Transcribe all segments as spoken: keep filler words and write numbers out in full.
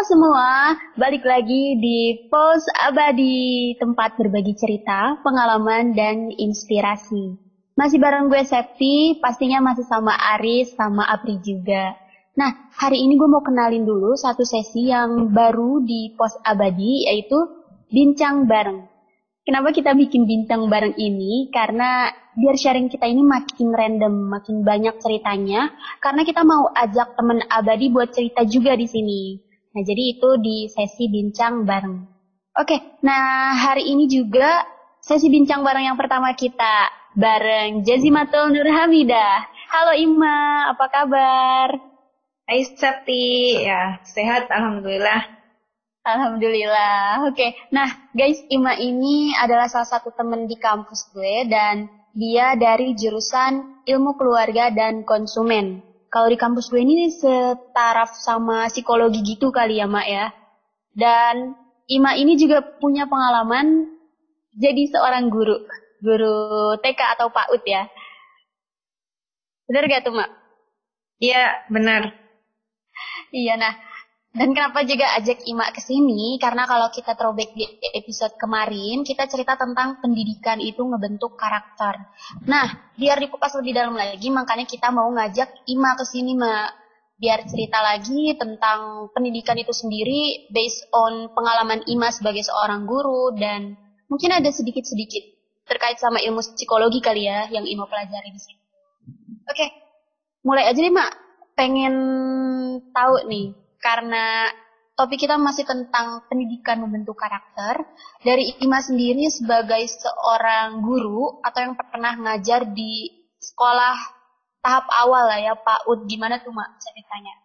semua, balik lagi di Pos Abadi, tempat berbagi cerita, pengalaman, dan inspirasi. Masih bareng gue Septi, pastinya masih sama Aris, sama Apri juga. Nah, hari ini gue mau kenalin dulu satu sesi yang baru di Pos Abadi, yaitu Bincang Bareng. Kenapa kita bikin bincang bareng ini? Karena biar sharing kita ini makin random, makin banyak ceritanya. Karena kita mau ajak teman abadi buat cerita juga di sini. Nah, jadi itu di sesi bincang bareng. Oke, nah hari ini juga sesi bincang bareng yang pertama kita bareng Jazimatul Nur Hamidah. Halo Ima, apa kabar? Hai Septi, ya sehat Alhamdulillah. Alhamdulillah. Oke, nah guys, Ima ini adalah salah satu temen di kampus gue dan dia dari jurusan ilmu keluarga dan konsumen. Kalau di kampus gue ini setaraf sama psikologi gitu kali ya, Mak ya. Dan Ima ini juga punya pengalaman jadi seorang guru, guru T K atau PAUD ya. Bener gak tuh, Mak? Iya, benar. Iya, nah. Dan kenapa juga ajak Ima ke sini? Karena kalau kita throwback di episode kemarin, kita cerita tentang pendidikan itu ngebentuk karakter. Nah, biar dikupas lebih dalam lagi, makanya kita mau ngajak Ima ke sini, Mak. Biar cerita lagi tentang pendidikan itu sendiri based on pengalaman Ima sebagai seorang guru dan mungkin ada sedikit-sedikit terkait sama ilmu psikologi kali ya yang Ima pelajari di sini. Oke, mulai aja deh, Mak. Pengen tahu nih. Karena topik kita masih tentang pendidikan membentuk karakter. Dari Ima sendiri sebagai seorang guru atau yang pernah ngajar di sekolah tahap awal lah ya, PAUD. Gimana tuh, Mak, ceritanya?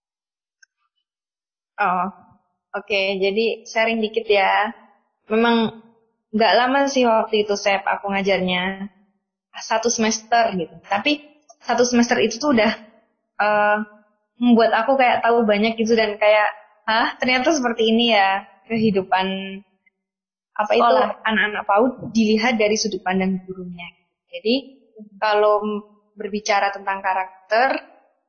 Oh, oke. Okay. Jadi sharing dikit ya. Memang nggak lama sih waktu itu Sep aku ngajarnya. Satu semester gitu. Tapi satu semester itu tuh udah... Uh, membuat aku kayak tahu banyak gitu dan kayak, hah ternyata seperti ini ya kehidupan apa itu anak-anak PAUD dilihat dari sudut pandang gurunya. Jadi kalau berbicara tentang karakter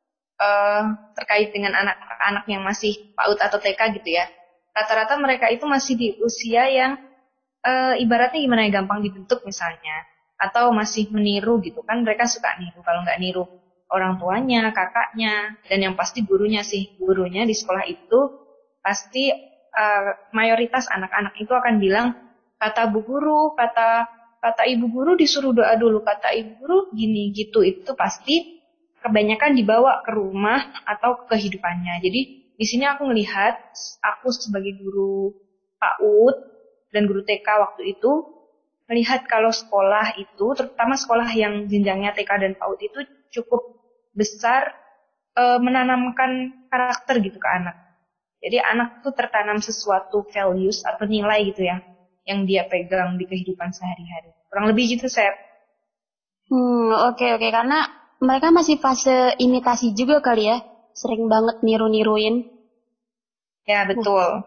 uh, terkait dengan anak-anak yang masih PAUD atau T K gitu ya, rata-rata mereka itu masih di usia yang uh, ibaratnya gimana ya, gampang dibentuk misalnya, atau masih meniru gitu kan, mereka suka niru. Kalau nggak niru orang tuanya, kakaknya, dan yang pasti gurunya sih. Gurunya di sekolah itu pasti uh, mayoritas anak-anak itu akan bilang, kata bu guru, kata kata ibu guru disuruh doa dulu, kata ibu guru gini gitu. Itu pasti kebanyakan dibawa ke rumah atau ke kehidupannya. Jadi di sini aku ngelihat, aku sebagai guru PAUD dan guru T K waktu itu, melihat kalau sekolah itu, terutama sekolah yang jenjangnya T K dan PAUD itu cukup besar e, menanamkan karakter gitu ke anak. Jadi anak tuh tertanam sesuatu values atau nilai gitu ya, yang dia pegang di kehidupan sehari-hari. Kurang lebih gitu, Sep. Hmm, oke okay, oke okay. Karena mereka masih fase imitasi juga kali ya, sering banget niru-niruin. Ya betul. Nah,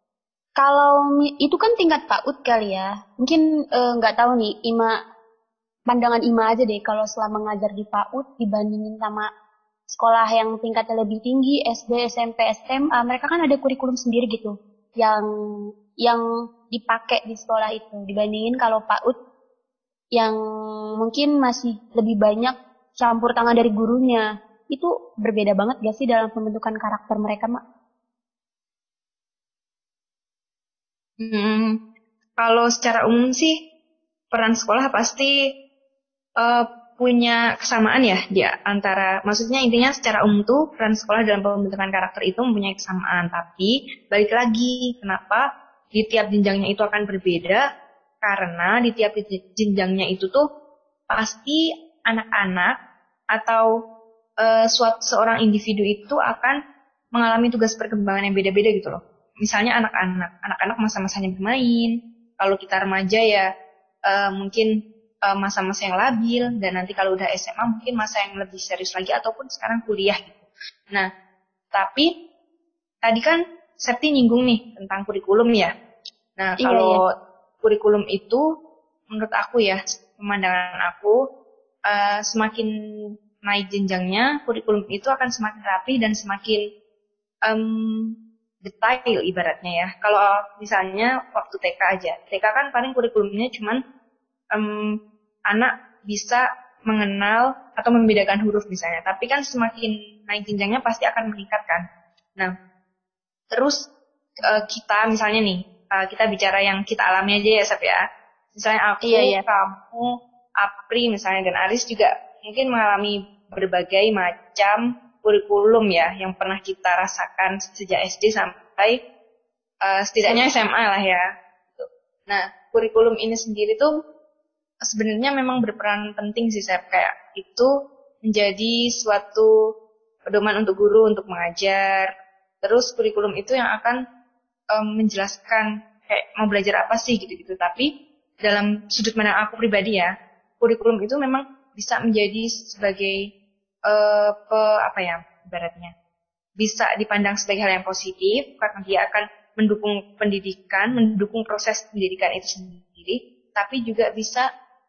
kalau itu kan tingkat PAUD kali ya, mungkin nggak e, tahu nih Ima. Pandangan Ima aja deh kalau selama ngajar di PAUD dibandingin sama sekolah yang tingkatnya lebih tinggi, S D, S M P, S M A, mereka kan ada kurikulum sendiri gitu yang yang dipakai di sekolah itu dibandingin kalau PAUD yang mungkin masih lebih banyak campur tangan dari gurunya. Itu berbeda banget gak sih dalam pembentukan karakter mereka, Mak? Hmm, kalau secara umum sih peran sekolah pasti Uh, punya kesamaan ya dia antara, maksudnya intinya secara umum tuh peran sekolah dalam pembentukan karakter itu mempunyai kesamaan, tapi balik lagi kenapa di tiap jenjangnya itu akan berbeda, karena di tiap jenjangnya itu tuh pasti anak-anak atau uh, suatu seorang individu itu akan mengalami tugas perkembangan yang beda-beda gitu loh. Misalnya anak-anak, anak-anak masa-masanya bermain, kalau kita remaja ya uh, mungkin masa-masa yang labil, dan nanti kalau udah S M A mungkin masa yang lebih serius lagi ataupun sekarang kuliah gitu. Nah, tapi tadi kan Septi nyinggung nih tentang kurikulum ya. Nah, iya, kalau iya. kurikulum itu menurut aku ya, pemandangan aku uh, semakin naik jenjangnya, kurikulum itu akan semakin rapi dan semakin um, detail ibaratnya ya. Kalau misalnya waktu T K aja, T K kan paling kurikulumnya cuman um, anak bisa mengenal atau membedakan huruf misalnya. Tapi kan semakin naik jenjangnya pasti akan meningkatkan. Nah, terus uh, kita misalnya nih, uh, kita bicara yang kita alami aja ya, Sep ya. Misalnya aku, Iya, iya. kamu, Apri misalnya, dan Aris juga mungkin mengalami berbagai macam kurikulum ya yang pernah kita rasakan sejak S D sampai uh, setidaknya S M A lah ya. Nah, kurikulum ini sendiri tuh sebenarnya memang berperan penting sih, Sep. Kayak itu menjadi suatu pedoman untuk guru untuk mengajar. Terus kurikulum itu yang akan um, menjelaskan kayak mau belajar apa sih gitu-gitu. Tapi dalam sudut pandang aku pribadi ya, kurikulum itu memang bisa menjadi sebagai uh, pe, apa ya ibaratnya bisa dipandang sebagai hal yang positif karena dia akan mendukung pendidikan, mendukung proses pendidikan itu sendiri. Tapi juga bisa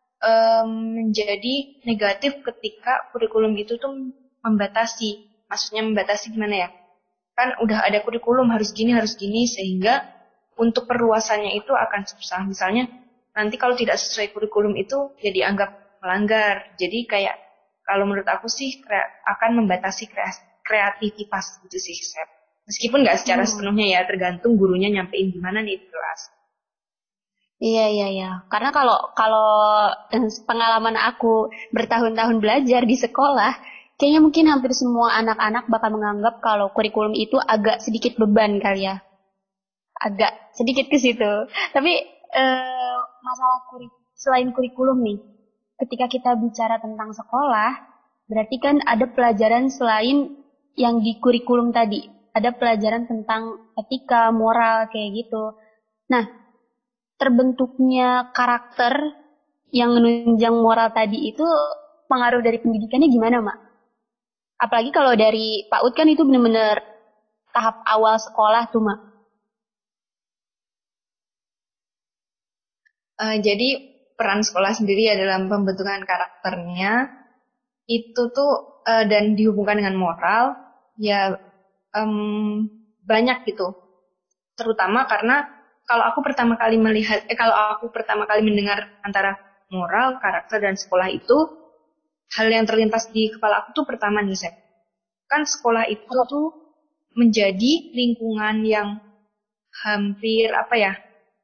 um, menjadi negatif ketika kurikulum itu tuh membatasi. Maksudnya membatasi gimana ya? Kan udah ada kurikulum harus gini harus gini sehingga untuk perluasannya itu akan susah. Misalnya nanti kalau tidak sesuai kurikulum itu ya dianggap melanggar. Jadi kayak kalau menurut aku sih akan membatasi kreativitas gitu sih, Sep. Meskipun nggak secara Hmm. sepenuhnya ya, tergantung gurunya nyampein gimana nih di kelas. Iya, iya, iya. Karena kalau kalau pengalaman aku bertahun-tahun belajar di sekolah, kayaknya mungkin hampir semua anak-anak bakal menganggap kalau kurikulum itu agak sedikit beban kali ya. Agak sedikit ke situ. Tapi eh, masalah kuri, selain kurikulum nih, ketika kita bicara tentang sekolah, berarti kan ada pelajaran selain yang di kurikulum tadi. Ada pelajaran tentang etika, moral, kayak gitu. Nah, terbentuknya karakter yang menunjang moral tadi itu pengaruh dari pendidikannya gimana, Mak? Apalagi kalau dari Pak Ud kan itu benar-benar tahap awal sekolah tuh, Mak. Uh, jadi peran sekolah sendiri ya dalam pembentukan karakternya itu tuh uh, dan dihubungkan dengan moral ya um, banyak gitu. Terutama karena kalau aku pertama kali melihat, eh kalau aku pertama kali mendengar antara moral, karakter dan sekolah itu, hal yang terlintas di kepala aku tuh pertama nih, Sep. Kan sekolah itu tuh menjadi lingkungan yang hampir apa ya,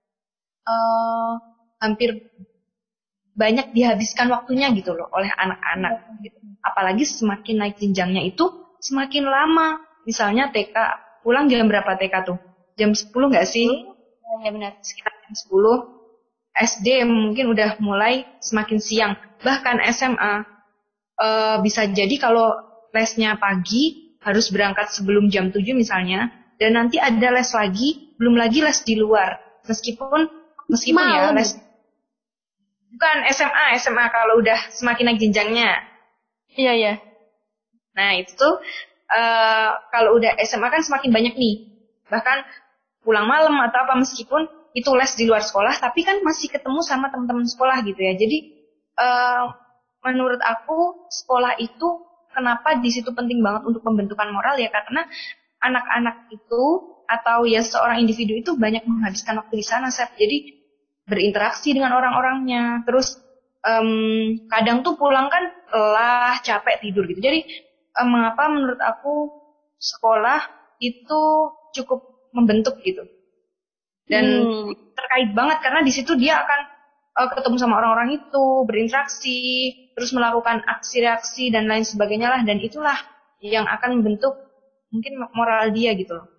uh, hampir banyak dihabiskan waktunya gitu loh oleh anak-anak. Gitu. Apalagi semakin naik jenjangnya itu semakin lama. Misalnya T K, pulang jam berapa T K tuh? Jam sepuluh nggak sih? Ya benar. Sekitar jam sepuluh. S D mungkin udah mulai semakin siang. Bahkan S M A uh, bisa jadi kalau lesnya pagi harus berangkat sebelum jam tujuh misalnya. Dan nanti ada les lagi, belum lagi les di luar. Meskipun meskipun Malam. ya les bukan S M A, S M A kalau udah semakin naik jenjangnya. Iya, iya. Nah, itu tuh uh, kalau udah S M A kan semakin banyak nih. Bahkan pulang malam atau apa meskipun itu les di luar sekolah, tapi kan masih ketemu sama teman-teman sekolah gitu ya. Jadi uh, menurut aku sekolah itu kenapa di situ penting banget untuk pembentukan moral ya karena anak-anak itu atau ya seorang individu itu banyak menghabiskan waktu di sana, Seth. Jadi berinteraksi dengan orang-orangnya. Terus um, kadang tuh pulang kan lelah, capek, tidur gitu. Jadi um, mengapa menurut aku sekolah itu cukup membentuk gitu. Dan hmm. terkait banget karena di situ dia akan uh, ketemu sama orang-orang itu, berinteraksi, terus melakukan aksi reaksi dan lain sebagainya lah. Dan itulah yang akan membentuk mungkin moral dia gitu loh.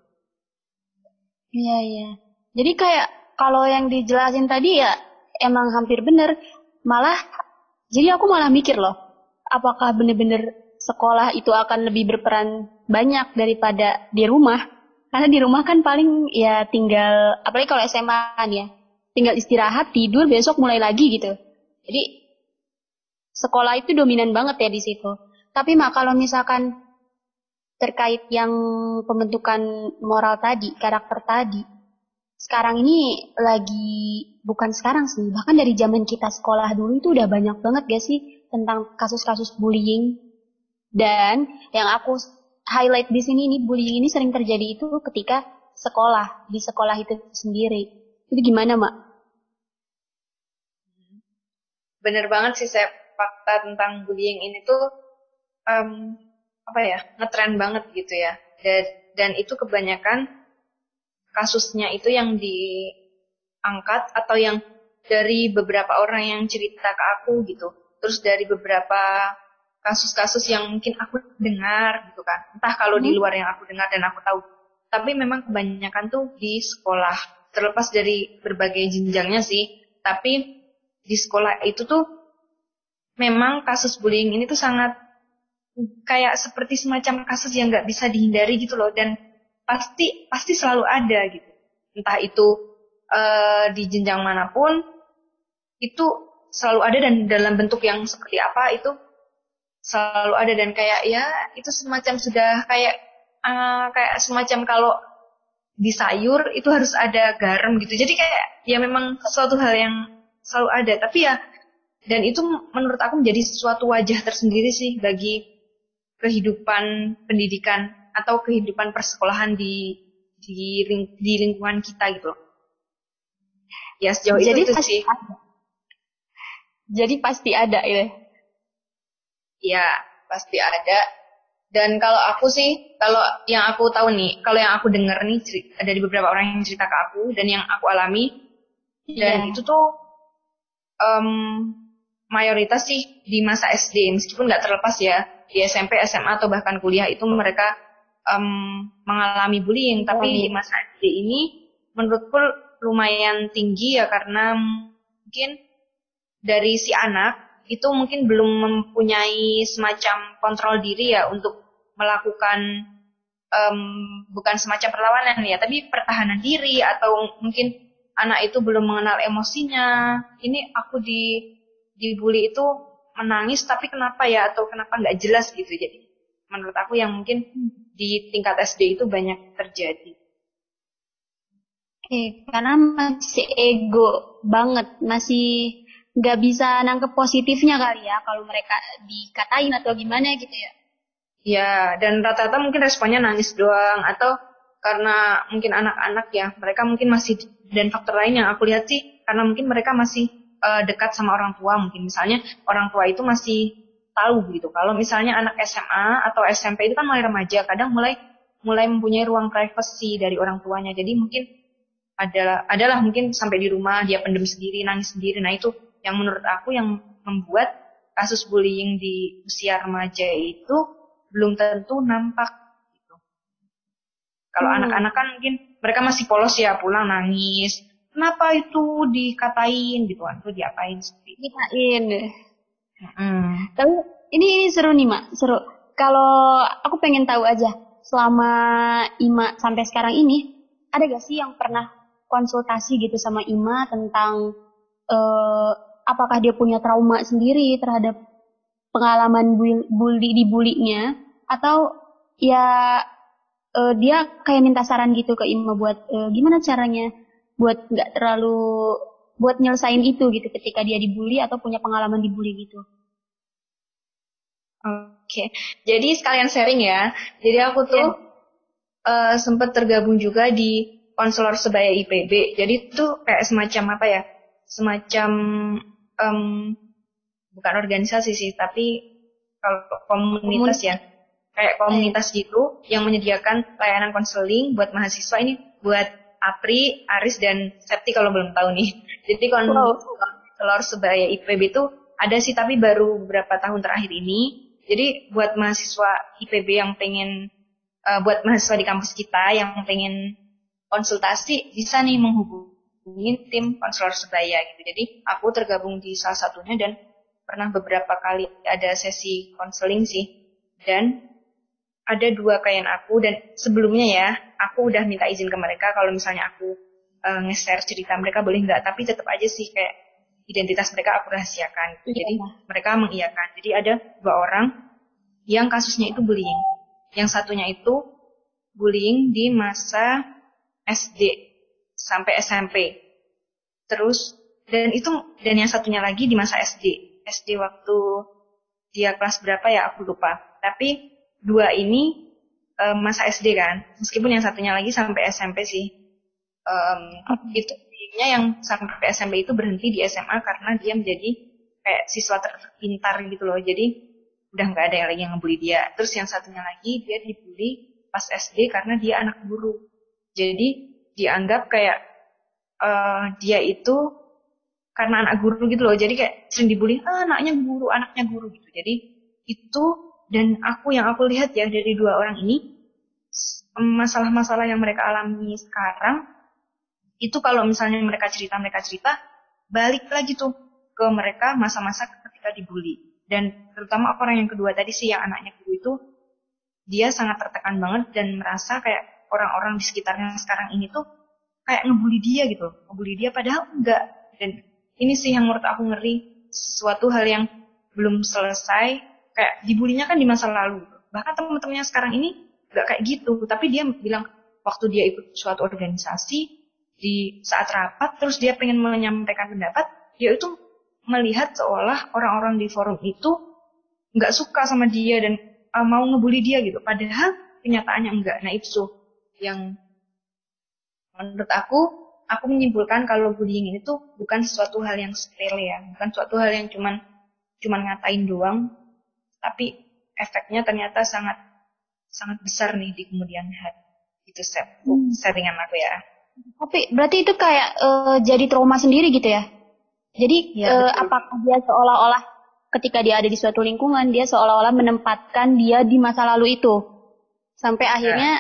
Iya, iya. Jadi kayak kalau yang dijelasin tadi ya emang hampir bener. Malah, jadi aku malah mikir loh, apakah bener-bener sekolah itu akan lebih berperan banyak daripada di rumah? Karena di rumah kan paling ya tinggal, apalagi kalau S M A kan ya, tinggal istirahat, tidur, besok mulai lagi gitu. Jadi sekolah itu dominan banget ya di situ. Tapi Mak, kalau misalkan terkait yang pembentukan moral tadi, karakter tadi, sekarang ini lagi, bukan sekarang sih, bahkan dari zaman kita sekolah dulu itu udah banyak banget gak sih tentang kasus-kasus bullying. Dan yang aku highlight di sini, ini bullying ini sering terjadi itu ketika sekolah, di sekolah itu sendiri. Itu gimana, Mak? Bener banget sih, saya fakta tentang bullying ini tuh um, apa ya, ngetren banget gitu ya. Dan, dan itu kebanyakan kasusnya itu yang diangkat atau yang dari beberapa orang yang cerita ke aku gitu. Terus dari beberapa kasus-kasus yang mungkin aku dengar gitu kan. Entah kalau hmm. di luar yang aku dengar dan aku tahu. Tapi memang kebanyakan tuh di sekolah. Terlepas dari berbagai jenjangnya sih. Tapi di sekolah itu tuh memang kasus bullying ini tuh sangat kayak seperti semacam kasus yang gak bisa dihindari gitu loh. Dan pasti pasti selalu ada gitu. Entah itu uh, di jenjang manapun, itu selalu ada dan dalam bentuk yang seperti apa itu selalu ada. Dan kayak ya itu semacam sudah kayak uh, kayak semacam kalau di sayur itu harus ada garam gitu. Jadi kayak ya memang suatu hal yang selalu ada. Tapi ya dan itu menurut aku menjadi suatu wajah tersendiri sih bagi kehidupan pendidikan atau kehidupan persekolahan di di, ling, di lingkungan kita gitu. Ya sejauh Jadi itu, itu pasti sih. Ada. Jadi pasti ada ya. Ya, pasti ada. Dan kalau aku sih, kalau yang aku tahu nih, kalau yang aku dengar nih cerita, dari beberapa orang yang cerita ke aku dan yang aku alami, dan yeah. itu tuh um, mayoritas sih di masa S D, meskipun nggak terlepas ya di S M P, S M A atau bahkan kuliah itu mereka um, mengalami bullying. Tapi di masa S D ini menurutku lumayan tinggi ya, karena mungkin dari si anak itu mungkin belum mempunyai semacam kontrol diri ya untuk melakukan um, bukan semacam perlawanan ya, tapi pertahanan diri, atau mungkin anak itu belum mengenal emosinya. Ini aku di dibully itu menangis tapi kenapa ya, atau kenapa nggak jelas gitu. Jadi menurut aku yang mungkin di tingkat S D itu banyak terjadi. Oke, karena masih ego banget, masih nggak bisa nangkep positifnya kali ya kalau mereka dikatain atau gimana gitu ya. Ya, dan rata-rata mungkin responnya nangis doang, atau karena mungkin anak-anak ya, mereka mungkin masih, dan faktor lain yang aku lihat sih karena mungkin mereka masih uh, dekat sama orang tua. Mungkin misalnya orang tua itu masih tahu gitu. Kalau misalnya anak S M A atau S M P itu kan mulai remaja, kadang mulai mulai mempunyai ruang privasi dari orang tuanya. Jadi mungkin adalah adalah mungkin sampai di rumah dia pendem sendiri, nangis sendiri. Nah itu yang menurut aku yang membuat kasus bullying di usia remaja itu belum tentu nampak gitu. Kalau hmm. anak-anak kan mungkin mereka masih polos ya, pulang nangis. Kenapa itu dikatain gitu kan? Itu diapain seperti itu? Dikatain. Hmm. Tapi ini seru nih, Mak. Seru. Kalau aku pengen tahu aja, selama Ima sampai sekarang ini, ada gak sih yang pernah konsultasi gitu sama Ima tentang uh, apakah dia punya trauma sendiri terhadap pengalaman bully dibulinya, atau ya uh, dia kayak minta saran gitu ke Ima buat uh, gimana caranya buat nggak terlalu buat nyelesain itu gitu ketika dia dibully atau punya pengalaman dibully gitu. Oke, jadi sekalian sharing ya. Jadi aku tuh yeah. uh, sempat tergabung juga di konselor sebaya I P B. Jadi itu kayak semacam apa ya? Semacam um, bukan organisasi sih, tapi kalau komunitas ya, kayak komunitas gitu yang menyediakan layanan konseling buat mahasiswa. Ini buat Apri, Aris, dan Septi kalau belum tahu nih. Jadi konselor sebaya I P B itu ada sih, tapi baru beberapa tahun terakhir ini. Jadi buat mahasiswa I P B yang pengen, uh, buat mahasiswa di kampus kita yang pengen konsultasi, bisa nih menghubungi tim konselor sebaya gitu. Jadi aku tergabung di salah satunya dan pernah beberapa kali ada sesi konseling sih. Dan ada dua klien aku, dan sebelumnya ya, aku udah minta izin ke mereka kalau misalnya aku uh, nge-share cerita mereka boleh nggak, tapi tetap aja sih kayak identitas mereka aku rahasiakan. Iya. Jadi mereka mengiyakan. Jadi ada dua orang yang kasusnya itu bullying. Yang satunya itu bullying di masa S D sampai S M P. Terus dan itu dan yang satunya lagi di masa S D. S D waktu dia kelas berapa ya aku lupa. Tapi dua ini uh, masa S D kan, meskipun yang satunya lagi sampai S M P sih. Um, itu bullyingnya yang sampai S M P itu berhenti di S M A karena dia menjadi kayak siswa terpintar gitu loh. Jadi udah nggak ada yang lagi yang ngebully dia. Terus yang satunya lagi dia dibully pas S D karena dia anak guru. Jadi dianggap kayak uh, dia itu karena anak guru gitu loh. Jadi kayak sering dibully, ah, anaknya guru, anaknya guru gitu. Jadi itu, dan aku yang aku lihat ya dari dua orang ini, masalah-masalah yang mereka alami sekarang itu kalau misalnya mereka cerita mereka cerita balik lagi tuh ke mereka masa-masa ketika dibully. Dan terutama orang yang kedua tadi sih, yang anaknya guru itu, dia sangat tertekan banget dan merasa kayak orang-orang di sekitarnya sekarang ini tuh kayak ngebully dia gitu, ngebully dia padahal enggak. Dan ini sih yang menurut aku ngeri, suatu hal yang belum selesai, kayak dibulinya kan di masa lalu. Bahkan teman-temannya sekarang ini enggak kayak gitu, tapi dia bilang waktu dia ikut suatu organisasi, di saat rapat, terus dia pengen menyampaikan pendapat, dia itu melihat seolah orang-orang di forum itu nggak suka sama dia dan uh, mau ngebully dia gitu. Padahal kenyataannya enggak. Nah itu yang menurut aku, aku menyimpulkan kalau bullying ini tuh bukan sesuatu hal yang sepele ya, bukan suatu hal yang cuman cuman ngatain doang, tapi efeknya ternyata sangat sangat besar nih di kemudian hari. Itu set, hmm. settingan aku ya. Tapi berarti itu kayak uh, jadi trauma sendiri gitu ya? Jadi ya, uh, apakah dia seolah-olah ketika dia ada di suatu lingkungan, dia seolah-olah menempatkan dia di masa lalu itu. Sampai ya. Akhirnya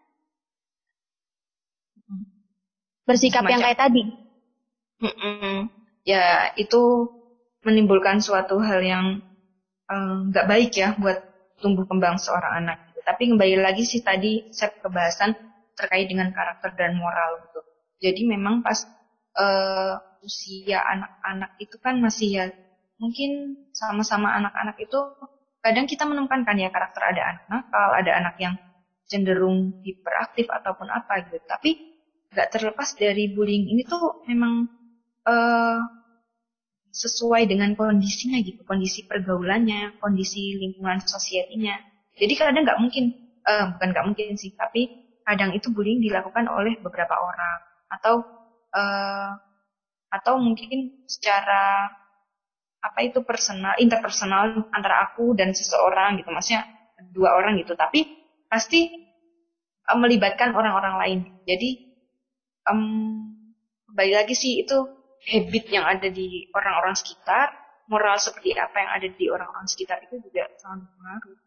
bersikap Semacam. yang kayak tadi. Mm-mm. Ya, itu menimbulkan suatu hal yang nggak um, baik ya buat tumbuh kembang seorang anak. Tapi kembali lagi sih tadi set kebahasan terkait dengan karakter dan moral gitu. Jadi memang pas uh, usia anak-anak itu kan masih ya mungkin sama-sama anak-anak itu kadang kita menemukan kan ya karakter, ada anak nakal, ada anak yang cenderung hiperaktif ataupun apa gitu. Tapi nggak terlepas dari bullying ini tuh memang uh, sesuai dengan kondisinya gitu, kondisi pergaulannya, kondisi lingkungan sosietinya. Jadi kadang nggak mungkin, uh, bukan nggak mungkin sih, tapi kadang itu bullying dilakukan oleh beberapa orang atau uh, atau mungkin secara apa itu personal, interpersonal antara aku dan seseorang gitu, maksudnya dua orang gitu, tapi pasti um, melibatkan orang-orang lain. Jadi um, kembali lagi sih itu habit yang ada di orang-orang sekitar, moral seperti apa yang ada di orang-orang sekitar itu juga sangat berpengaruh.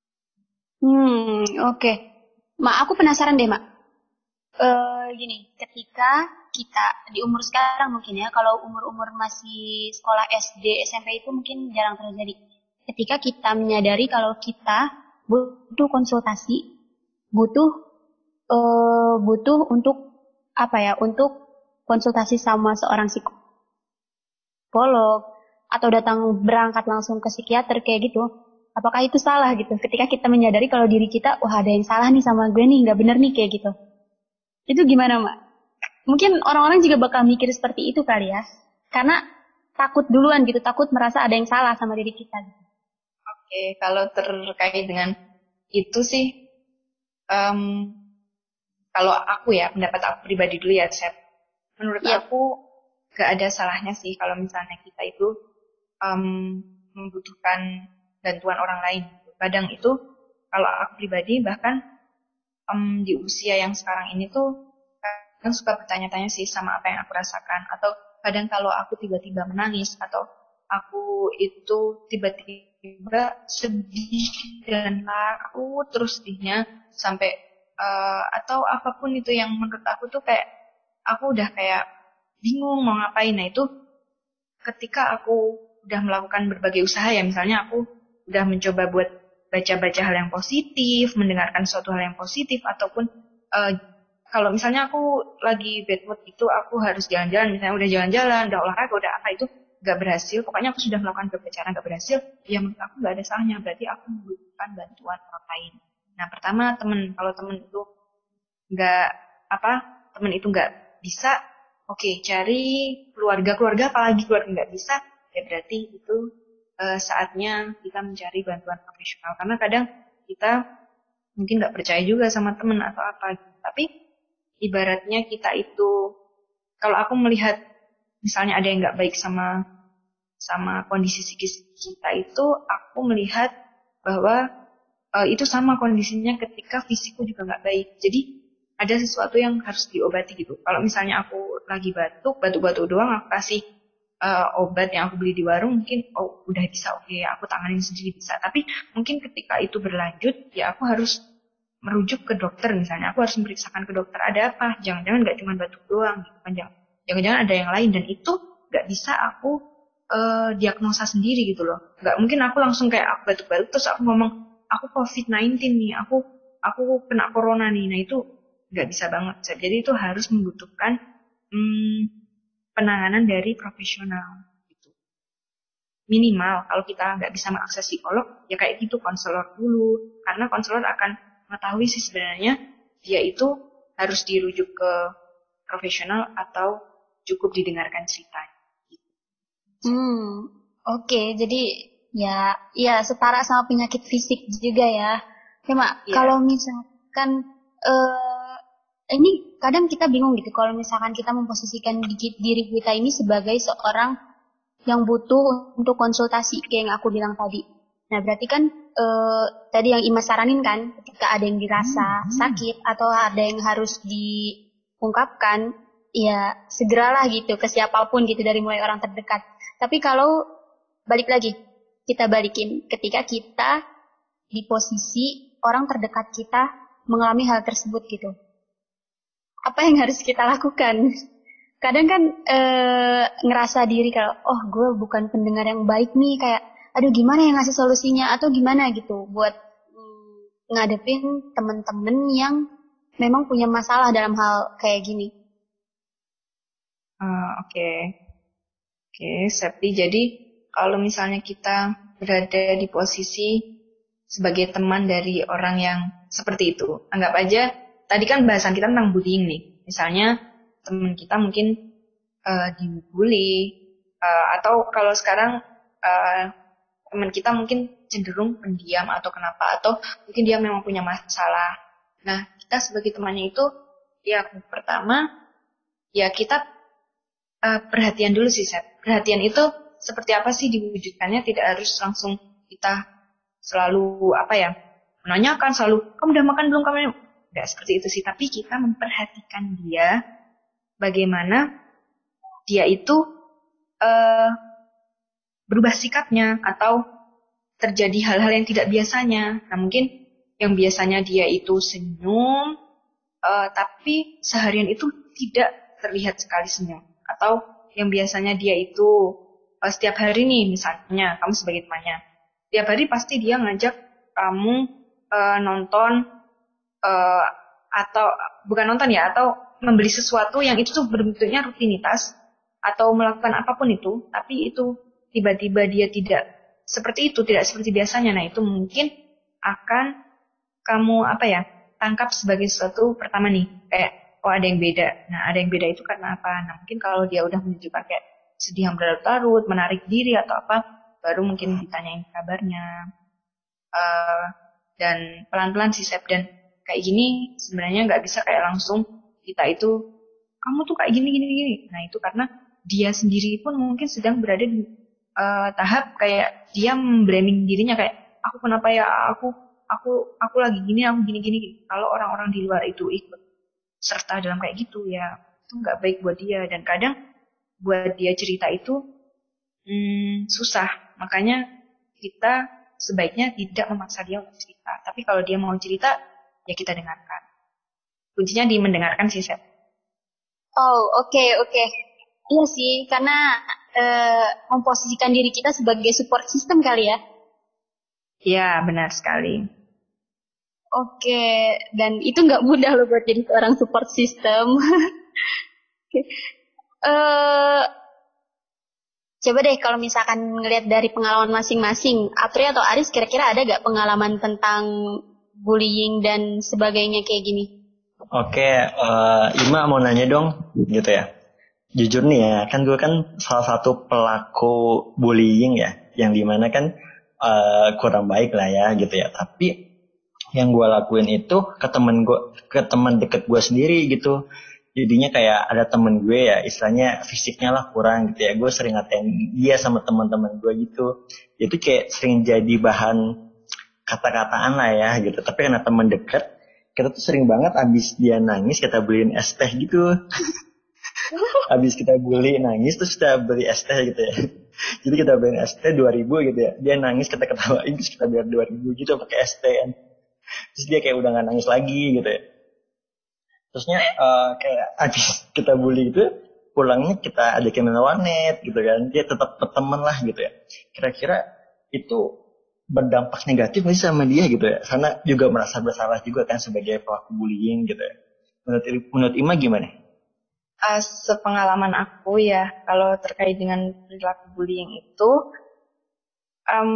Hmm, oke. Okay. Mak, aku penasaran deh, Mak. Uh, gini, ketika kita di umur sekarang mungkin ya, kalau umur-umur masih sekolah S D, S M P itu mungkin jarang terjadi. Ketika kita menyadari kalau kita butuh konsultasi, butuh uh, butuh untuk apa ya, untuk konsultasi sama seorang psikolog atau datang berangkat langsung ke psikiater kayak gitu. Apakah itu salah gitu? Ketika kita menyadari kalau diri kita, wah ada yang salah nih sama gue nih, nggak bener nih kayak gitu. Itu gimana, Mak? Mungkin orang-orang juga bakal mikir seperti itu kali ya. Karena takut duluan gitu, takut merasa ada yang salah sama diri kita. Gitu. Oke, kalau terkait dengan itu sih, um, kalau aku ya, pendapat aku pribadi dulu ya, Seth. Menurut yep. aku, gak ada salahnya sih kalau misalnya kita itu um, membutuhkan bantuan orang lain. Kadang itu, kalau aku pribadi, bahkan um, di usia yang sekarang ini tuh, kadang suka bertanya-tanya sih sama apa yang aku rasakan. Atau kadang kalau aku tiba-tiba menangis, atau aku itu tiba-tiba sedih dan larut terus sedihnya, sampai, uh, atau apapun itu yang menurut aku tuh kayak, aku udah kayak bingung mau ngapain. Nah itu, ketika aku udah melakukan berbagai usaha ya, misalnya aku udah mencoba buat baca-baca hal yang positif, mendengarkan suatu hal yang positif, ataupun uh, kalau misalnya aku lagi bad mood itu aku harus jalan-jalan, misalnya udah jalan-jalan, udah olahraga, udah apa itu gak berhasil, pokoknya aku sudah melakukan berbagai cara gak berhasil, ya menurut aku gak ada salahnya, berarti aku membutuhkan bantuan orang lain. Nah pertama temen, kalau temen itu gak apa, temen itu gak bisa, oke okay, cari keluarga-keluarga, apalagi keluarga gak bisa, ya berarti itu Uh, saatnya kita mencari bantuan profesional, karena kadang kita mungkin nggak percaya juga sama teman atau apa. Tapi ibaratnya kita itu, kalau aku melihat misalnya ada yang nggak baik sama sama kondisi psikis kita itu, aku melihat bahwa uh, itu sama kondisinya ketika fisikku juga nggak baik. Jadi ada sesuatu yang harus diobati gitu. Kalau misalnya aku lagi batuk, batuk-batuk doang, aku kasih uh, obat yang aku beli di warung, mungkin oh udah bisa, oke okay, aku tanganin sendiri bisa. Tapi mungkin ketika itu berlanjut, ya aku harus merujuk ke dokter misalnya. Aku harus memeriksakan ke dokter ada apa. Jangan-jangan nggak cuma batuk doang gitu kan. Jangan-jangan ada yang lain, dan itu nggak bisa aku uh, diagnosa sendiri gitu loh. Nggak mungkin aku langsung kayak aku batuk-batuk terus aku ngomong aku covid sembilan belas nih, aku aku kena corona nih. Nah itu nggak bisa banget. Jadi itu harus membutuhkan hmm, penanganan dari profesional gitu. Minimal kalau kita nggak bisa mengakses psikolog, ya kayak gitu konselor dulu. Karena konselor akan mengetahui sih sebenarnya dia itu harus dirujuk ke profesional atau cukup didengarkan ceritanya. Hmm, oke. Okay. Jadi ya, ya setara sama penyakit fisik juga ya. Ya Mak, yeah. Kalau misalkan uh, ini kadang kita bingung gitu kalau misalkan kita memposisikan diri kita ini sebagai seorang yang butuh untuk konsultasi kayak yang aku bilang tadi. Nah berarti kan eh, tadi yang Ima saranin kan ketika ada yang dirasa sakit atau ada yang harus diungkapkan, ya segeralah gitu ke siapapun gitu dari mulai orang terdekat. Tapi kalau balik lagi kita balikin ketika kita di posisi orang terdekat kita mengalami hal tersebut gitu. Apa yang harus kita lakukan? Kadang kan e, ngerasa diri kalau, oh gue bukan pendengar yang baik nih, kayak, aduh gimana yang ngasih solusinya atau gimana gitu buat mm, ngadepin temen-temen yang memang punya masalah dalam hal kayak gini. Oke, uh, oke, okay. okay, Septi. Jadi kalau misalnya kita berada di posisi sebagai teman dari orang yang seperti itu, anggap aja. Tadi kan bahasan kita tentang bullying nih. Misalnya teman kita mungkin uh, dibully uh, atau kalau sekarang uh, teman kita mungkin cenderung pendiam atau kenapa, atau mungkin dia memang punya masalah. Nah, kita sebagai temannya itu ya pertama ya kita uh, perhatian dulu sih, Seth. Perhatian itu seperti apa sih diwujudkannya, tidak harus langsung kita selalu apa ya, menanyakan selalu kamu udah makan belum, kamu nggak seperti itu sih, tapi kita memperhatikan dia bagaimana dia itu uh, berubah sikapnya atau terjadi hal-hal yang tidak biasanya. Nah mungkin yang biasanya dia itu senyum, uh, tapi seharian itu tidak terlihat sekali senyum. Atau yang biasanya dia itu uh, setiap hari nih, misalnya kamu sebagai temannya, setiap hari pasti dia ngajak kamu uh, nonton. Uh, atau bukan nonton ya, atau membeli sesuatu yang itu tuh bentuknya rutinitas atau melakukan apapun itu, tapi itu tiba-tiba dia tidak seperti itu, tidak seperti biasanya. Nah itu mungkin akan kamu apa ya, tangkap sebagai sesuatu pertama nih, kayak oh ada yang beda. Nah ada yang beda itu karena apa? Nah mungkin kalau dia udah menunjukkan kayak sedih yang berlarut-larut, menarik diri atau apa, baru mungkin ditanyain kabarnya. Uh, dan pelan-pelan sih Sep, dan kayak gini sebenarnya nggak bisa kayak langsung kita itu kamu tuh kayak gini gini gini. Nah itu karena dia sendiri pun mungkin sedang berada di uh, tahap kayak dia memblaming dirinya, kayak aku kenapa ya, aku aku aku lagi gini, aku gini gini. Kalau orang-orang di luar itu ikut serta dalam kayak gitu, ya itu nggak baik buat dia, dan kadang buat dia cerita itu hmm, susah. Makanya kita sebaiknya tidak memaksa dia untuk cerita. Tapi kalau dia mau cerita, ya kita dengarkan. Kuncinya di mendengarkan sih, Seth. Oh, oke, okay, oke. Okay. Iya sih, karena uh, memposisikan diri kita sebagai support system kali ya. Iya, benar sekali. Oke, okay. Dan itu nggak mudah loh buat jadi seorang support system. okay. uh, coba deh kalau misalkan ngelihat dari pengalaman masing-masing, Apri atau Aris kira-kira ada nggak pengalaman tentang bullying dan sebagainya kayak gini? Oke, uh, Ima mau nanya dong, gitu ya. Jujur nih ya, kan gue kan salah satu pelaku bullying ya, yang dimana kan uh, kurang baik lah ya, gitu ya. Tapi yang gue lakuin itu ke temen gue, ke teman deket gue sendiri gitu. Jadinya kayak ada temen gue ya, istilahnya fisiknya lah kurang gitu ya. Gue sering ngatain dia sama teman-teman gue gitu. Itu kayak sering jadi bahan kata-kataan lah ya gitu. Tapi karena teman deket, kita tuh sering banget abis dia nangis kita beliin es teh gitu. Abis kita beli nangis terus kita beli es teh gitu ya. Jadi kita beliin es teh dua ribu gitu ya. Dia nangis kita ketawain terus kita bayar dua ribu gitu pakai es teh kan. Terus dia kayak udah gak nangis lagi gitu ya. Terusnya uh, kayak abis kita bully itu pulangnya kita ajakin main warnet gitu kan. Dia tetap berteman lah gitu ya. Kira-kira itu berdampak negatif nggak sih sama dia gitu ya? Karena juga merasa bersalah juga kan sebagai pelaku bullying gitu ya. Menurut, menurut Ima gimana? Uh, sepengalaman aku ya, kalau terkait dengan perilaku bullying itu, um,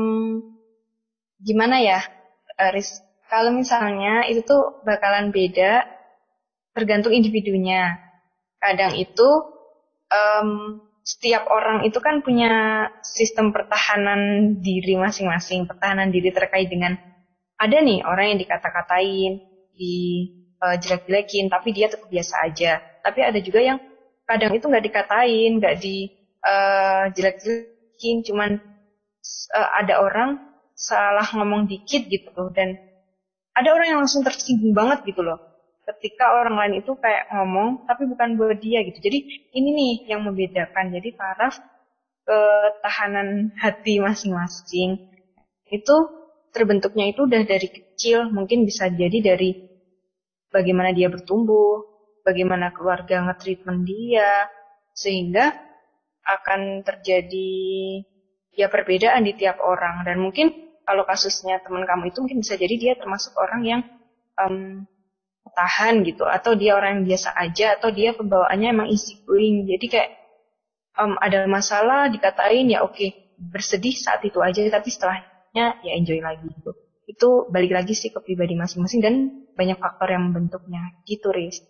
gimana ya, Aris? Kalau misalnya itu tuh bakalan beda, tergantung individunya. Kadang itu um, setiap orang itu kan punya sistem pertahanan diri masing-masing, pertahanan diri terkait dengan ada nih orang yang dikata-katain, di uh, jelek-jelekin, tapi dia tetap biasa aja. Tapi ada juga yang kadang itu nggak dikatain, nggak di uh, jelek-jelekin, cuman uh, ada orang salah ngomong dikit gitu dan ada orang yang langsung tersinggung banget gitu loh. Ketika orang lain itu kayak ngomong, tapi bukan buat dia gitu. Jadi ini nih yang membedakan. Jadi taraf ketahanan hati masing-masing itu terbentuknya itu udah dari kecil. Mungkin bisa jadi dari bagaimana dia bertumbuh, bagaimana keluarga nge-treatment dia, sehingga akan terjadi ya perbedaan di tiap orang. Dan mungkin kalau kasusnya teman kamu itu mungkin bisa jadi dia termasuk orang yang um, tahan gitu, atau dia orang yang biasa aja, atau dia pembawaannya emang easy going. Jadi kayak um, ada masalah dikatain ya oke, bersedih saat itu aja, tapi setelahnya ya enjoy lagi gitu. Itu balik lagi sih ke pribadi masing-masing dan banyak faktor yang membentuknya gitu, Riz.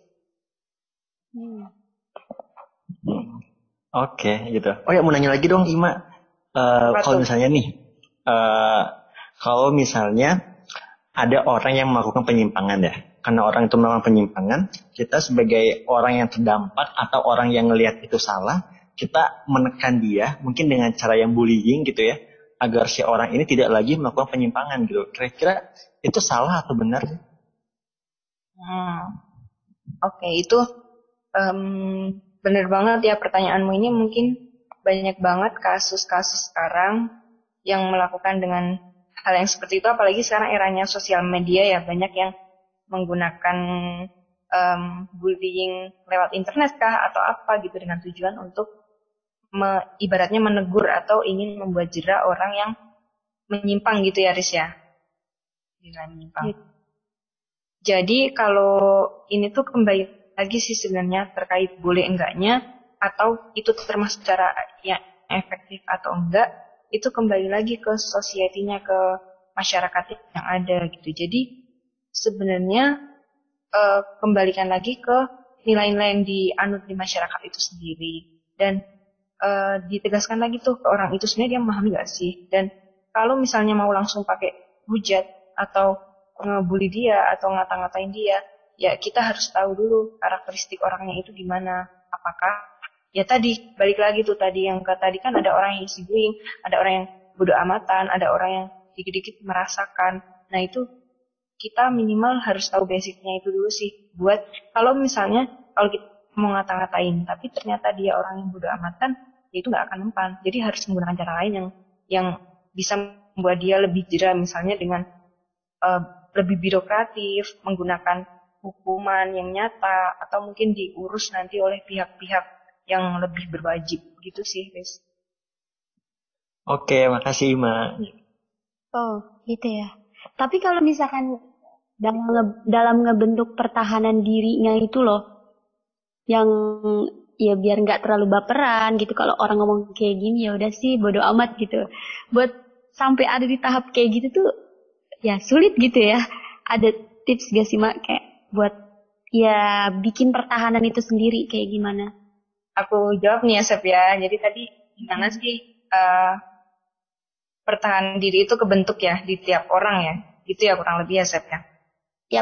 Hmm. Oke okay, gitu. Oh ya mau nanya lagi dong Ima, uh, kalau misalnya nih uh, kalau misalnya ada orang yang melakukan penyimpangan ya, karena orang itu melakukan penyimpangan, kita sebagai orang yang terdampak atau orang yang ngelihat itu salah, kita menekan dia mungkin dengan cara yang bullying gitu ya, agar si orang ini tidak lagi melakukan penyimpangan gitu. Kira-kira itu salah atau benar? Hmm. Oke, okay, itu um, benar banget ya pertanyaanmu ini. Mungkin banyak banget kasus-kasus sekarang yang melakukan dengan hal yang seperti itu, apalagi sekarang eranya sosial media ya, banyak yang menggunakan um, bullying lewat internet kah atau apa gitu dengan tujuan untuk me, ibaratnya menegur atau ingin membuat jera orang yang menyimpang gitu ya, Riz ya. Menyimpang. Hmm. Jadi kalau ini tuh kembali lagi sih sebenarnya terkait boleh enggaknya atau itu termasuk cara yang efektif atau enggak, itu kembali lagi ke society-nya, ke masyarakat yang ada gitu. Jadi sebenarnya uh, kembalikan lagi ke nilai-nilai yang dianut di masyarakat itu sendiri dan uh, ditegaskan lagi tuh ke orang itu sebenarnya dia memahami nggak sih. Dan kalau misalnya mau langsung pakai hujat atau ngebully dia atau ngata-ngatain dia, ya kita harus tahu dulu karakteristik orangnya itu gimana. Apakah ya tadi balik lagi tuh tadi yang kata tadi kan ada orang yang easy going, ada orang yang bodo amatan, ada orang yang dikit-dikit merasakan. Nah itu kita minimal harus tahu basicnya itu dulu sih. Buat kalau misalnya kalau kita mau ngata-ngatain, tapi ternyata dia orang yang bodo amatan, ya itu nggak akan mempan. Jadi harus menggunakan cara lain yang yang bisa membuat dia lebih jera, misalnya dengan uh, lebih birokratif, menggunakan hukuman yang nyata, atau mungkin diurus nanti oleh pihak-pihak yang lebih berwajib gitu sih, Riz. Oke, makasih Ima. Oh, gitu ya. Tapi kalau misalkan dalam nge, dalam ngebentuk pertahanan dirinya itu loh, yang ya biar nggak terlalu baperan gitu. Kalau orang ngomong kayak gini ya udah sih bodo amat gitu. Buat sampai ada di tahap kayak gitu tuh ya sulit gitu ya. Ada tips gak sih Mak kayak buat ya bikin pertahanan itu sendiri kayak gimana? Aku jawab nih ya Sep ya. Jadi tadi gimana sih uh, pertahanan diri itu kebentuk ya di tiap orang ya. Gitu ya kurang lebih ya Sep ya. Yap.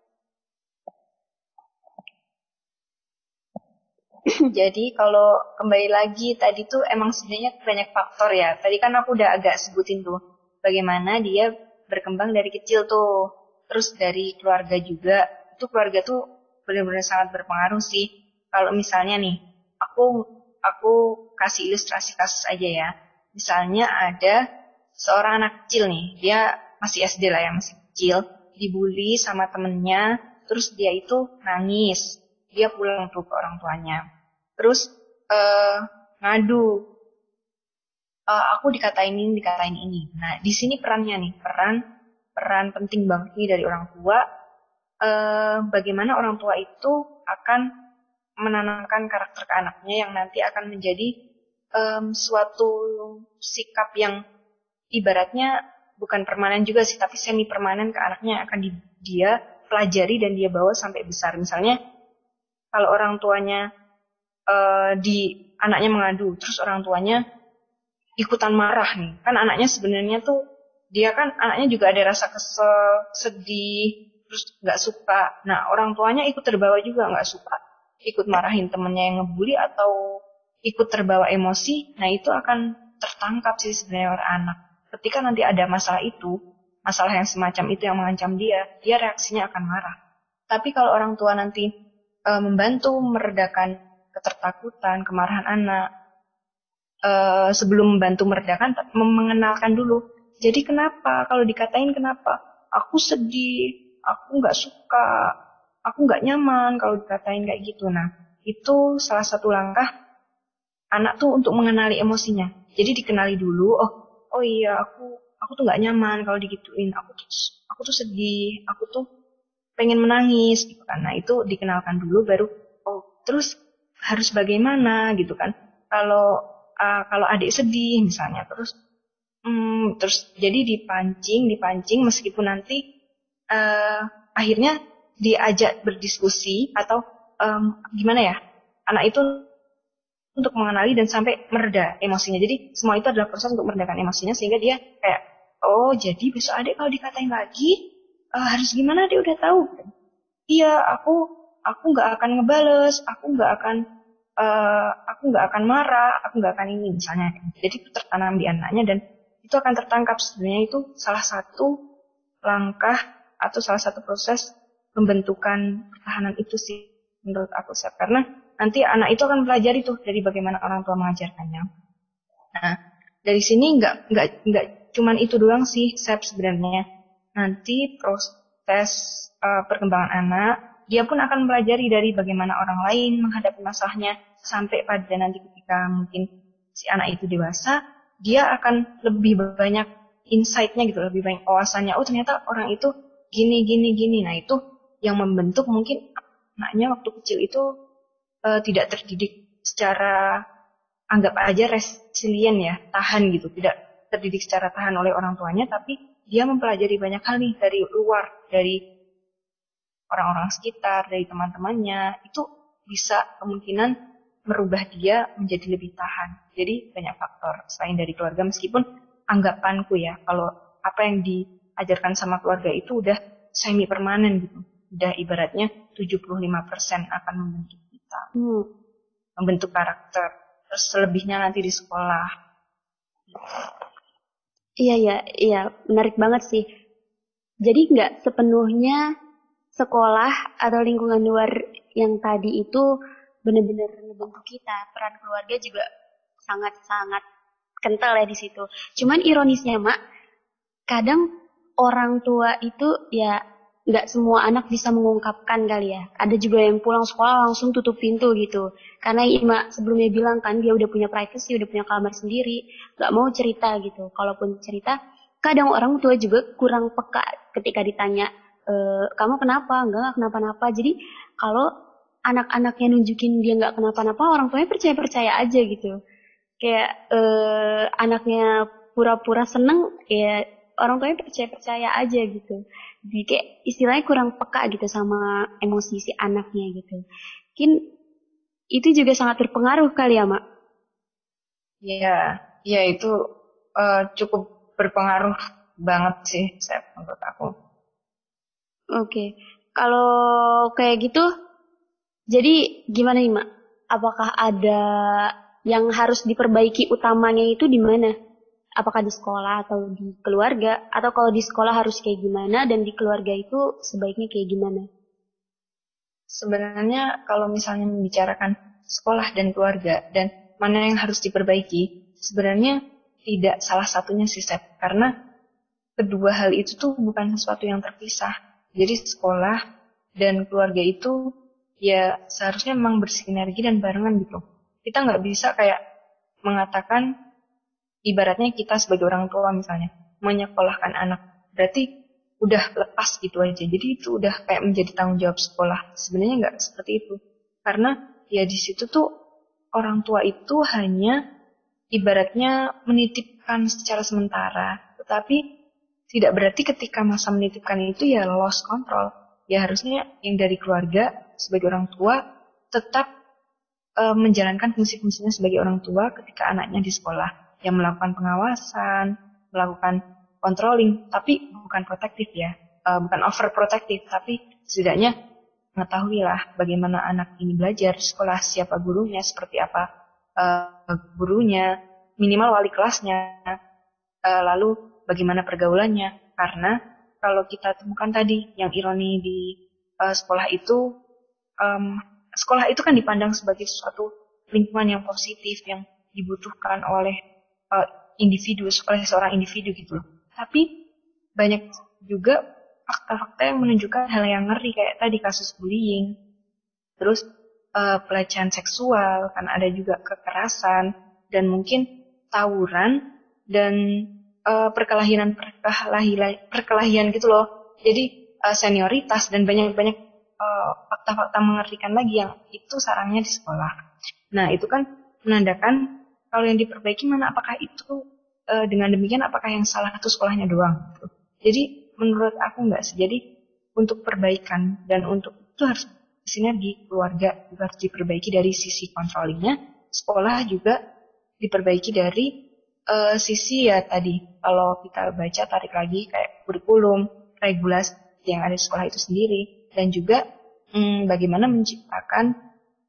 Jadi kalau kembali lagi tadi tuh emang sebenarnya banyak faktor ya. Tadi kan aku udah agak sebutin tuh bagaimana dia berkembang dari kecil tuh. Terus dari keluarga juga. Itu keluarga tuh benar-benar sangat berpengaruh sih. Kalau misalnya nih, aku aku kasih ilustrasi kasus aja ya. Misalnya ada seorang anak kecil nih, dia masih S D lah ya, masih kecil, dibully sama temennya, terus dia itu nangis. Dia pulang tuh ke orang tuanya. Terus uh, ngadu, uh, aku dikatain ini, dikatain ini. Nah, di sini perannya nih, peran peran penting banget nih dari orang tua. Uh, bagaimana orang tua itu akan menanamkan karakter ke anaknya yang nanti akan menjadi um, suatu sikap yang ibaratnya bukan permanen juga sih, tapi semi permanen ke anaknya akan di, dia pelajari dan dia bawa sampai besar. Misalnya kalau orang tuanya Uh, di anaknya mengadu, terus orang tuanya ikutan marah nih, kan anaknya sebenarnya tuh dia kan anaknya juga ada rasa kesel, sedih, terus nggak suka. Nah orang tuanya ikut terbawa juga nggak suka, ikut marahin temennya yang ngebully atau ikut terbawa emosi. Nah itu akan tertangkap sih sebenarnya oleh anak. Ketika nanti ada masalah itu, masalah yang semacam itu yang mengancam dia, dia reaksinya akan marah. Tapi kalau orang tua nanti uh, membantu meredakan ketertakutan, kemarahan anak, uh, sebelum membantu meredakan, mengenalkan dulu. Jadi kenapa? Kalau dikatain kenapa? Aku sedih, aku nggak suka, aku nggak nyaman kalau dikatain kayak gitu. Nah, itu salah satu langkah anak tuh untuk mengenali emosinya. Jadi dikenali dulu. Oh, oh iya, aku, aku tuh nggak nyaman kalau digituin. Aku tuh, aku tuh sedih, aku tuh pengen menangis, gitu kan. Nah, itu dikenalkan dulu, baru oh, terus harus bagaimana gitu kan. Kalau uh, kalau adik sedih misalnya, terus hmm, terus jadi dipancing dipancing meskipun nanti uh, akhirnya diajak berdiskusi atau um, gimana ya, anak itu untuk mengenali dan sampai mereda emosinya. Jadi semua itu adalah proses untuk meredakan emosinya sehingga dia kayak oh jadi besok adik kalau dikatain lagi uh, harus gimana, dia udah tahu. Iya, aku aku nggak akan ngebales, aku nggak akan uh, aku nggak akan marah, aku nggak akan ini misalnya. Jadi itu tertanam di anaknya dan itu akan tertangkap. Sebenarnya itu salah satu langkah atau salah satu proses pembentukan pertahanan itu sih menurut aku, Sep. Karena nanti anak itu akan belajar itu dari bagaimana orang tua mengajarkannya. Nah, dari sini nggak nggak nggak cuman itu doang sih, Sep, sebenarnya. Nanti proses uh, perkembangan anak, dia pun akan mempelajari dari bagaimana orang lain menghadapi masalahnya sampai pada nanti ketika mungkin si anak itu dewasa, dia akan lebih banyak insight-nya gitu, lebih banyak wawasannya. Oh ternyata orang itu gini, gini, gini. Nah itu yang membentuk mungkin anaknya waktu kecil itu uh, tidak terdidik secara, anggap aja resilient ya, tahan gitu. Tidak terdidik secara tahan oleh orang tuanya, tapi dia mempelajari banyak hal nih dari luar, dari orang-orang sekitar, dari teman-temannya. Itu bisa kemungkinan merubah dia menjadi lebih tahan. Jadi banyak faktor selain dari keluarga, meskipun anggapanku ya, kalau apa yang diajarkan sama keluarga itu udah semi permanen gitu. Udah ibaratnya tujuh puluh lima persen akan membentuk kita. Hmm. Membentuk karakter. Terus selebihnya nanti di sekolah. Iya, iya, iya. Menarik banget sih. Jadi nggak sepenuhnya sekolah atau lingkungan luar yang tadi itu benar-benar membentuk kita. Peran keluarga juga sangat-sangat kental ya di situ. Cuman ironisnya, Mak, kadang orang tua itu ya nggak semua anak bisa mengungkapkan kali ya. Ada juga yang pulang sekolah langsung tutup pintu gitu. Karena Ima sebelumnya bilang kan dia udah punya privacy, udah punya kamar sendiri, nggak mau cerita gitu. Kalaupun cerita, kadang orang tua juga kurang peka ketika ditanya, e, kamu kenapa? Enggak, kenapa-napa. Jadi kalau anak-anaknya nunjukin dia nggak kenapa-napa, orang tuanya percaya-percaya aja gitu. Kayak e, anaknya pura-pura seneng, ya orang tuanya percaya-percaya aja gitu. Jadi kayak istilahnya kurang peka gitu sama emosi si anaknya gitu. Mungkin itu juga sangat berpengaruh kali ya, Mak? Iya, ya itu uh, cukup berpengaruh banget sih, Sep, menurut aku. Oke. Kalau kayak gitu, jadi gimana nih, Mak? Apakah ada yang harus diperbaiki utamanya itu di mana? Apakah di sekolah atau di keluarga? Atau kalau di sekolah harus kayak gimana dan di keluarga itu sebaiknya kayak gimana? Sebenarnya kalau misalnya membicarakan sekolah dan keluarga dan mana yang harus diperbaiki, sebenarnya tidak salah satunya sih, Sep. Karena kedua hal itu tuh bukan sesuatu yang terpisah. Jadi sekolah dan keluarga itu ya seharusnya memang bersinergi dan barengan gitu. Kita nggak bisa kayak mengatakan, ibaratnya kita sebagai orang tua misalnya, menyekolahkan anak. Berarti udah lepas gitu aja. Jadi itu udah kayak menjadi tanggung jawab sekolah. Sebenarnya nggak seperti itu. Karena ya di situ tuh orang tua itu hanya ibaratnya menitipkan secara sementara. Tetapi tidak berarti ketika masa menitipkan itu ya lost control. Ya harusnya yang dari keluarga sebagai orang tua tetap e, menjalankan fungsi-fungsinya sebagai orang tua ketika anaknya di sekolah. Yang melakukan pengawasan, melakukan controlling, tapi bukan protektif ya. E, bukan overprotective, tapi setidaknya mengetahui lah bagaimana anak ini belajar di sekolah, siapa gurunya, seperti apa e, gurunya, minimal wali kelasnya, e, lalu bagaimana pergaulannya. Karena kalau kita temukan tadi yang ironi di uh, sekolah itu, um, sekolah itu kan dipandang sebagai suatu lingkungan yang positif yang dibutuhkan oleh uh, individu, oleh seorang individu gitu. Tapi banyak juga fakta-fakta yang menunjukkan hal yang ngeri kayak tadi kasus bullying, terus uh, pelecehan seksual, kan ada juga kekerasan dan mungkin tawuran dan Uh, perkelahian perkelahian perkelahian gitu loh. Jadi uh, senioritas dan banyak-banyak uh, fakta-fakta mengerikan lagi yang itu sarangnya di sekolah. Nah, itu kan menandakan kalau yang diperbaiki mana, apakah itu uh, dengan demikian apakah yang salah itu sekolahnya doang gitu. Jadi menurut aku enggak sih. Jadi untuk perbaikan dan untuk itu harus sinergi, keluarga juga harus diperbaiki dari sisi controllingnya, sekolah juga diperbaiki dari Uh, sisi ya tadi, kalau kita baca tarik lagi kayak kurikulum, regulasi yang ada di sekolah itu sendiri, dan juga hmm, bagaimana menciptakan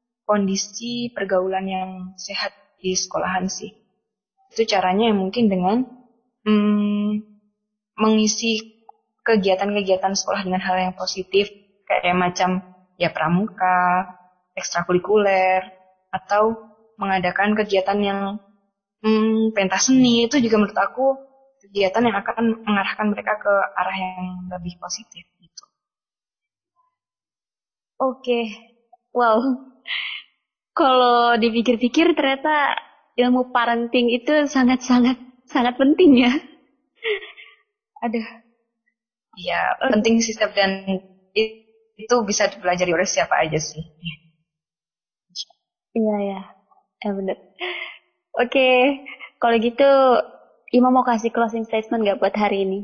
kondisi pergaulan yang sehat di sekolahan sih. Itu caranya yang mungkin dengan hmm, mengisi kegiatan-kegiatan sekolah dengan hal yang positif, kayak macam ya pramuka, ekstrakurikuler, atau mengadakan kegiatan yang Hmm, pentas seni itu juga menurut aku kegiatan yang akan mengarahkan mereka ke arah yang lebih positif gitu. Oke, wow. Kalau dipikir-pikir ternyata ilmu parenting itu sangat-sangat sangat penting ya. Aduh. Ya, penting sih, dan itu bisa dipelajari oleh siapa aja sih. Iya ya, ya benar. Oke, kalau gitu Ima mau kasih closing statement gak buat hari ini?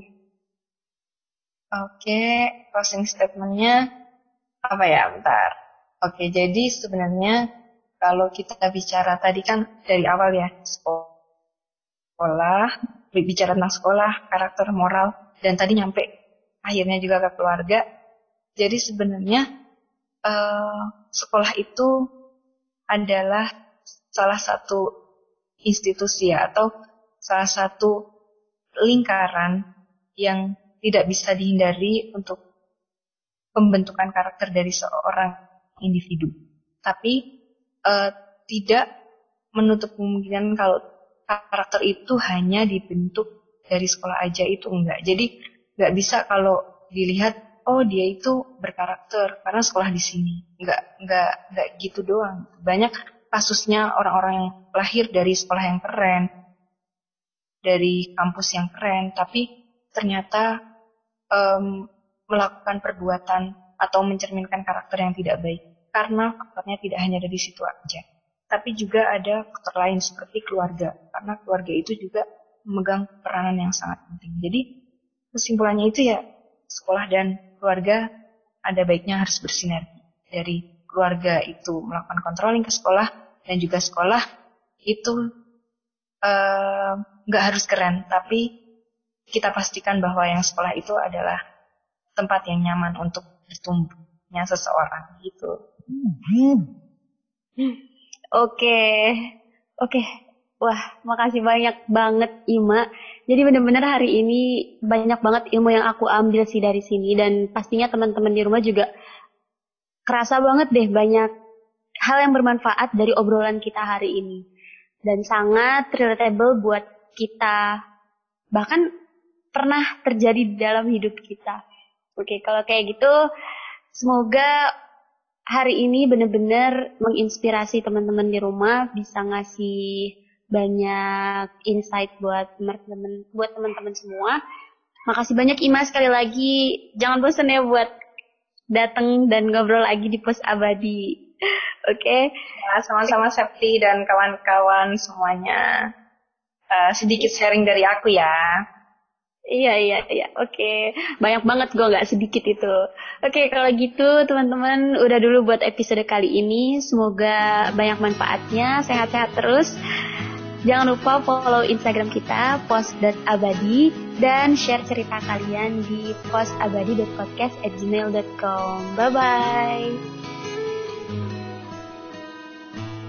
Oke, closing statementnya apa ya, bentar. Oke, jadi sebenarnya kalau kita bicara tadi kan dari awal ya, sekolah, bicara tentang sekolah, karakter, moral, dan tadi nyampe akhirnya juga ke keluarga. Jadi sebenarnya uh, sekolah itu adalah salah satu institusi ya, atau salah satu lingkaran yang tidak bisa dihindari untuk pembentukan karakter dari seorang individu. Tapi uh, tidak menutup kemungkinan kalau karakter itu hanya dibentuk dari sekolah aja, itu enggak. Jadi enggak bisa kalau dilihat oh dia itu berkarakter karena sekolah di sini. Enggak enggak enggak gitu doang. Banyak kasusnya orang-orang yang lahir dari sekolah yang keren, dari kampus yang keren, tapi ternyata um, melakukan perbuatan atau mencerminkan karakter yang tidak baik. Karena faktornya tidak hanya dari situ aja, tapi juga ada faktor lain seperti keluarga. Karena keluarga itu juga memegang peranan yang sangat penting. Jadi kesimpulannya itu ya, sekolah dan keluarga ada baiknya harus bersinergi. Dari keluarga itu melakukan controlling ke sekolah, dan juga sekolah itu nggak uh, harus keren, tapi kita pastikan bahwa yang sekolah itu adalah tempat yang nyaman untuk bertumbuhnya seseorang gitu. Oke, oke, wah, makasih banyak banget Ima. Jadi benar-benar hari ini banyak banget ilmu yang aku ambil sih dari sini, dan pastinya teman-teman di rumah juga kerasa banget deh banyak hal yang bermanfaat dari obrolan kita hari ini, dan sangat relatable buat kita, bahkan pernah terjadi di dalam hidup kita. Oke, kalau kayak gitu, semoga hari ini benar-benar menginspirasi teman-teman di rumah, bisa ngasih banyak insight buat teman-teman, buat teman-teman semua. Makasih banyak Ima sekali lagi. Jangan bosan ya buat datang dan ngobrol lagi di Pos Abadi. Oke. Okay? Ya, sama-sama Septi dan kawan-kawan semuanya. Uh, sedikit sharing dari aku ya. Iya, iya, iya. Oke. Okay. Banyak banget gue, gak sedikit itu. Oke, okay, kalau gitu teman-teman udah dulu buat episode kali ini. Semoga banyak manfaatnya. Sehat-sehat terus. Jangan lupa follow Instagram kita, pos dot abadi, dan share cerita kalian di posabadi dot podcast at gmail dot com. Bye-bye.